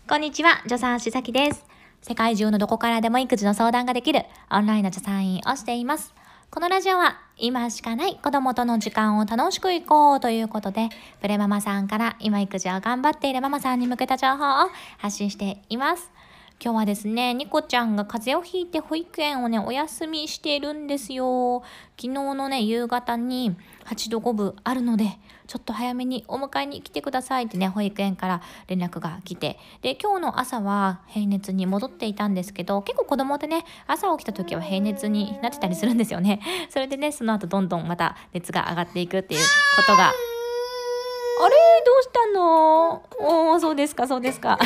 こんにちは、助産師さきです。世界中のどこからでも育児の相談ができるオンラインの助産院をしています。このラジオは今しかない子供との時間を楽しくいこうということで、プレママさんから今育児を頑張っているママさんに向けた情報を発信しています。今日はですね、ニコちゃんが風邪をひいて保育園をね、お休みしているんですよ。昨日のね、夕方に8度5分あるので、ちょっと早めにお迎えに来てくださいってね、保育園から連絡が来て。で、今日の朝は平熱に戻っていたんですけど、結構子供ってね、朝起きた時は平熱になってたりするんですよね。それでね、その後どんどんまた熱が上がっていくっていうことが、あれどうしたの？そうですか。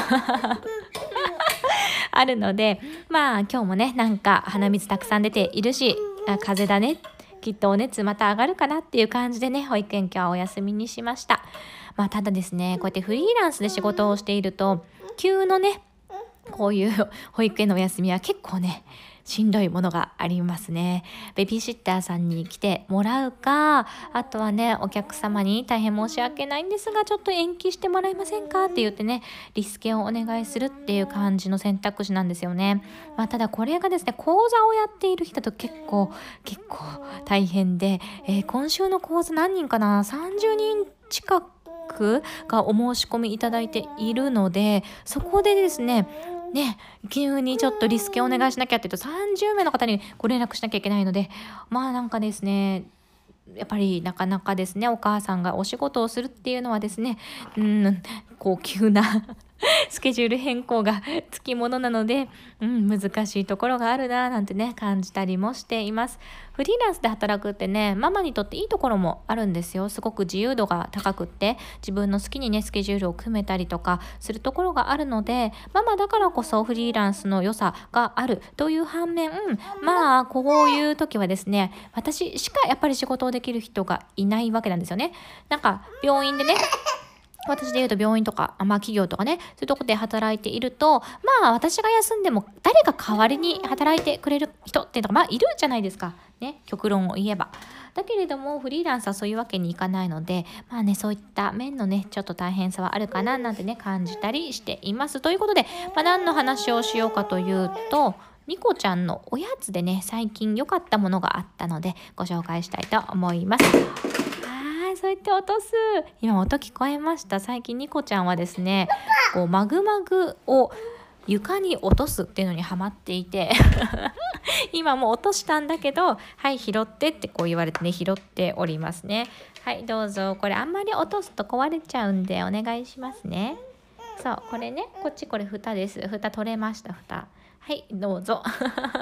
あるので、今日もね、なんか鼻水たくさん出ているし、風邪だね。きっとお熱また上がるかなっていう感じでね、保育園今日はお休みにしました。ただですね、こうやってフリーランスで仕事をしていると、急のね、こういう保育園のお休みは結構ね、しんどいものがありますね。ベビーシッターさんに来てもらうか、あとはね、お客様に大変申し訳ないんですが、ちょっと延期してもらえませんかって言ってね、リスケをお願いするっていう感じの選択肢なんですよね。ただこれがですね、講座をやっている人だと結構大変で、今週の講座何人かな、30人近くがお申し込みいただいているので、そこでですね、急にちょっとリスケお願いしなきゃって言うと30名の方にご連絡しなきゃいけないので、なんかですね、やっぱりなかなかですね、お母さんがお仕事をするっていうのはですね、急なスケジュール変更がつきものなので、難しいところがあるななんてね、感じたりもしています。フリーランスで働くってね、ママにとっていいところもあるんですよ。すごく自由度が高くって、自分の好きにね、スケジュールを組めたりとかするところがあるので、ママだからこそフリーランスの良さがあるという反面、こういう時はですね、私しかやっぱり仕事をできる人がいないわけなんですよね。なんか病院でね、私で言うと病院とか、企業とかね、そういうとこで働いていると、私が休んでも誰が代わりに働いてくれる人っていうのがいるじゃないですか。ね、極論を言えば。だけれどもフリーランスはそういうわけにいかないので、そういった面のね、ちょっと大変さはあるかななんてね、感じたりしています。ということで、何の話をしようかというと、ニコちゃんのおやつでね、最近良かったものがあったので、ご紹介したいと思います。そうやって落とす。今音聞こえました。最近ニコちゃんはですね、マグマグを床に落とすっていうのにハマっていて今もう落としたんだけど、はい拾ってって言われてね、拾っておりますね。はいどうぞ。これあんまり落とすと壊れちゃうんでお願いしますね。そうこれね、これ蓋です。蓋取れました。蓋。はいどうぞ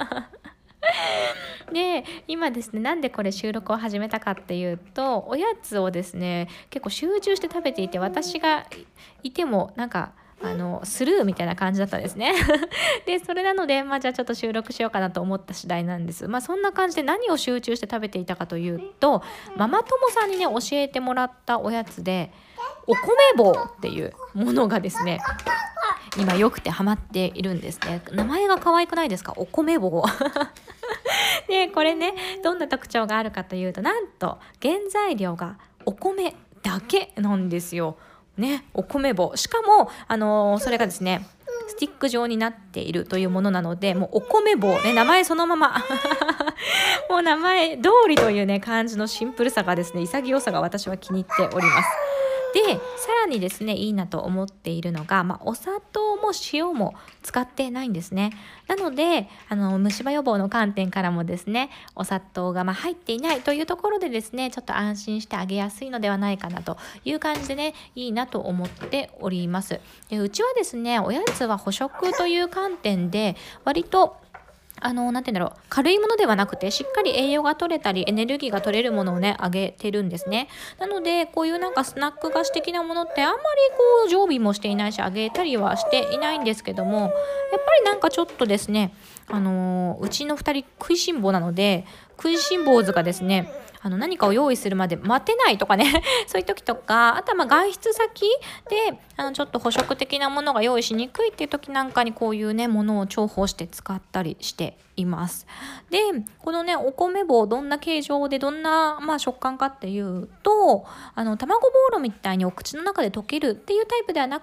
で今ですね、なんでこれ収録を始めたかっていうと、おやつをですね結構集中して食べていて、私がいてもなんかスルーみたいな感じだったんですねでそれなので、じゃあちょっと収録しようかなと思った次第なんです。そんな感じで何を集中して食べていたかというと、ママ友さんにね教えてもらったおやつで、お米棒っていうものがですね今よくてハマっているんですね。名前が可愛くないですか？お米棒でこれね、どんな特徴があるかというと、なんと原材料がお米だけなんですよね。お米棒、しかもそれがですねスティック状になっているというものなので、もうお米棒ね、名前そのままもう名前通りというね感じのシンプルさがですね、潔さが私は気に入っております。でさらにですね、いいなと思っているのが、お砂糖も塩も使ってないんですね。なので虫歯予防の観点からもですね、お砂糖が入っていないというところでですね、ちょっと安心してあげやすいのではないかなという感じでね、いいなと思っております。でうちはですね、おやつは補食という観点で割となんて言うんだろう、軽いものではなくて、しっかり栄養が取れたりエネルギーが取れるものをねあげてるんですね。なのでこういうなんかスナック菓子的なものってあんまり常備もしていないし、あげたりはしていないんですけども、やっぱりなんかちょっとですね、うちの2人食いしん坊なので、食いしん坊図がですね、何かを用意するまで待てないとかねそういう時とか、あとは外出先でちょっと補食的なものが用意しにくいっていう時なんかに、こういうねものを重宝して使ったりしています。でこのねお米棒、どんな形状でどんな、食感かっていうと、卵ボーロみたいにお口の中で溶けるっていうタイプではなくって、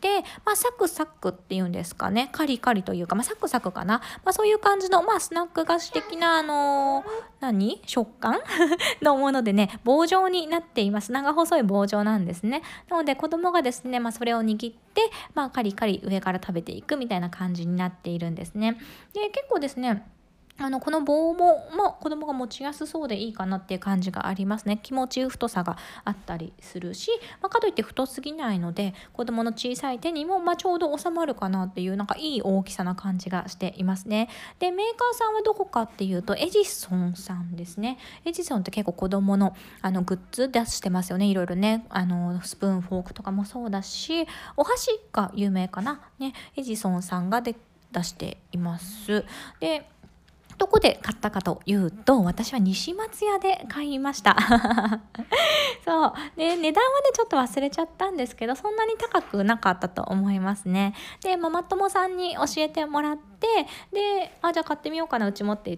て、サクサクっていうんですかね、カリカリというか、サクサクかな、そういう感じの、スナック菓子的な食感のものでね、棒状になっています。長細い棒状なんですね。なので子供がですね、それを握って、カリカリ上から食べていくみたいな感じになっているんですね。で、結構ですね、この棒も、子供が持ちやすそうでいいかなっていう感じがありますね。気持ちいい太さがあったりするし、かといって太すぎないので、子供の小さい手にも、ちょうど収まるかなっていう、いい大きさな感じがしていますね。で、メーカーさんはどこかっていうと、エジソンさんですね。エジソンって結構子供のグッズ出してますよね。いろいろね、スプーン、フォークとかもそうだし、お箸が有名かな。ね、エジソンさんが出しています。で、どこで買ったかというと、私は西松屋で買いましたそうで、値段はねちょっと忘れちゃったんですけど、そんなに高くなかったと思いますね。で、ママ友さんに教えてもらって、で、じゃあ買ってみようかな、うちもって言って、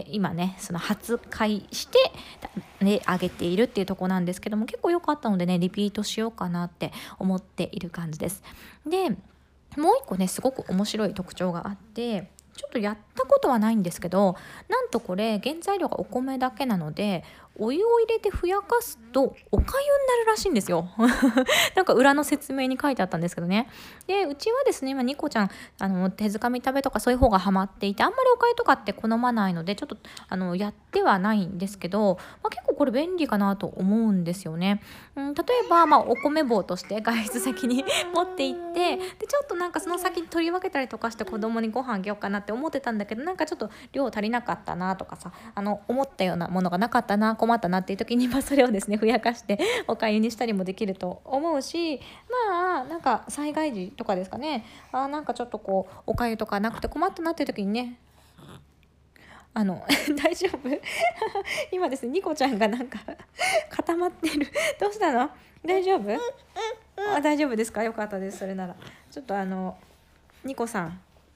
今ねその初買いしてね、あげているっていうところなんですけども、結構良かったのでね、リピートしようかなって思っている感じです。で、もう一個ねすごく面白い特徴があって、ちょっとやったことはないんですけど、なんとこれ原材料がお米だけなので、お湯を入れてふやかすとお粥になるらしいんですよなんか裏の説明に書いてあったんですけどね。で、うちはですね今ニコちゃん手づかみ食べとかそういう方がハマっていて、あんまりお粥とかって好まないので、ちょっとやってはないんですけど、結構これ便利かなと思うんですよね。例えば、お米棒として外出先に持って行って、でちょっとなんかその先に取り分けたりとかして子供にご飯あげようかなって思ってたんだけど、なんかちょっと量足りなかったなとかさ、思ったようなものがなかったな、困ったなっていう時に、それをですねふやかしてお粥にしたりもできると思うし、なんか災害時とかですかね、なんかちょっとこうお粥とかなくて困ったなっていう時にね、大丈夫今ですねニコちゃんがなんか固まってるどうしたの？大丈夫？大丈夫ですか？よかったです。それならちょっとニコさん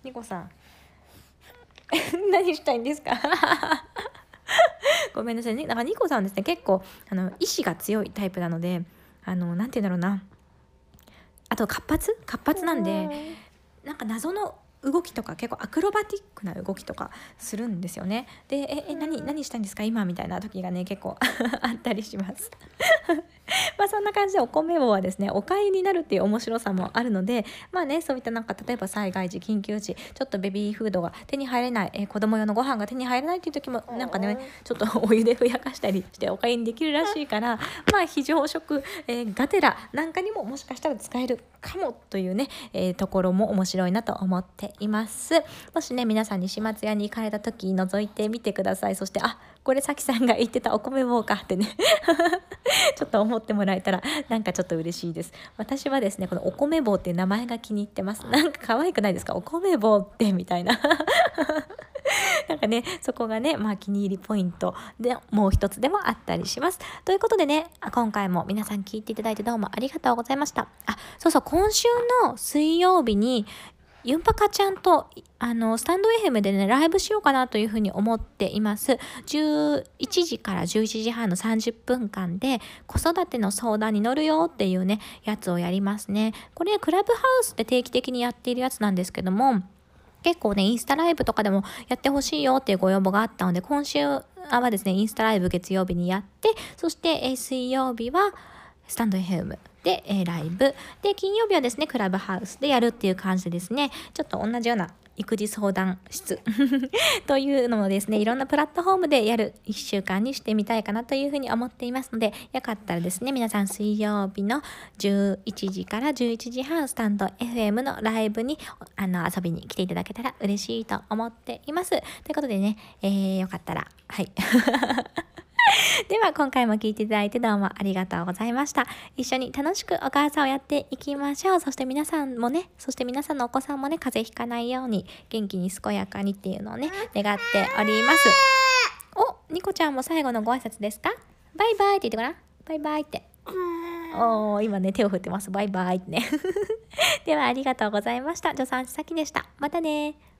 何したいんですかごめんなさいね。なんかニコさんはですね結構意志が強いタイプなので、なんて言うんだろうな、あと活発なんで、なんか謎の動きとか結構アクロバティックな動きとかするんですよね。で、何したいんですか今みたいな時がね結構あったりしますそんな感じでお米棒はですねお粥になるっていう面白さもあるので、そういったなんか例えば災害時緊急時ちょっとベビーフードが手に入れない、子供用のご飯が手に入らないっていう時もなんかねちょっとお湯でふやかしたりしてお粥にできるらしいから、非常食、がてらなんかにももしかしたら使えるかもというね、ところも面白いなと思っています。もしね皆さん西松屋に行かれた時覗いてみてください。そしてこれさきさんが言ってたお米棒かってねちょっと思ってもらえたらなんかちょっと嬉しいです。私はですねこのお米棒っていう名前が気に入ってます。なんか可愛くないですか？お米棒ってみたいななんかねそこがね気に入りポイントでもう一つでもあったりします。ということでね今回も皆さん聞いていただいてどうもありがとうございました。そうそう、今週の水曜日にユンパカちゃんとスタンド FM でねライブしようかなというふうに思っています。11時から11時半の30分間で子育ての相談に乗るよっていうねやつをやりますね。これクラブハウスで定期的にやっているやつなんですけども、結構ねインスタライブとかでもやってほしいよっていうご要望があったので、今週はですねインスタライブ月曜日にやって、そして、水曜日はスタンド FM で、ライブで、金曜日はですねクラブハウスでやるっていう感じでですね、ちょっと同じような育児相談室というのもですねいろんなプラットフォームでやる1週間にしてみたいかなというふうに思っていますので、よかったらですね皆さん水曜日の11時から11時半スタンド FM のライブに遊びに来ていただけたら嬉しいと思っています。ということでね、よかったらはいでは今回も聞いていただいてどうもありがとうございました。一緒に楽しくお母さんをやっていきましょう。そして皆さんもね、そして皆さんのお子さんもね、風邪ひかないように元気に健やかにっていうのをね願っております。ニコちゃんも最後のご挨拶ですか？バイバイって言ってごらん。バイバイって。今ね手を振ってます。バイバイってねではありがとうございました。助産師さきでした。またね。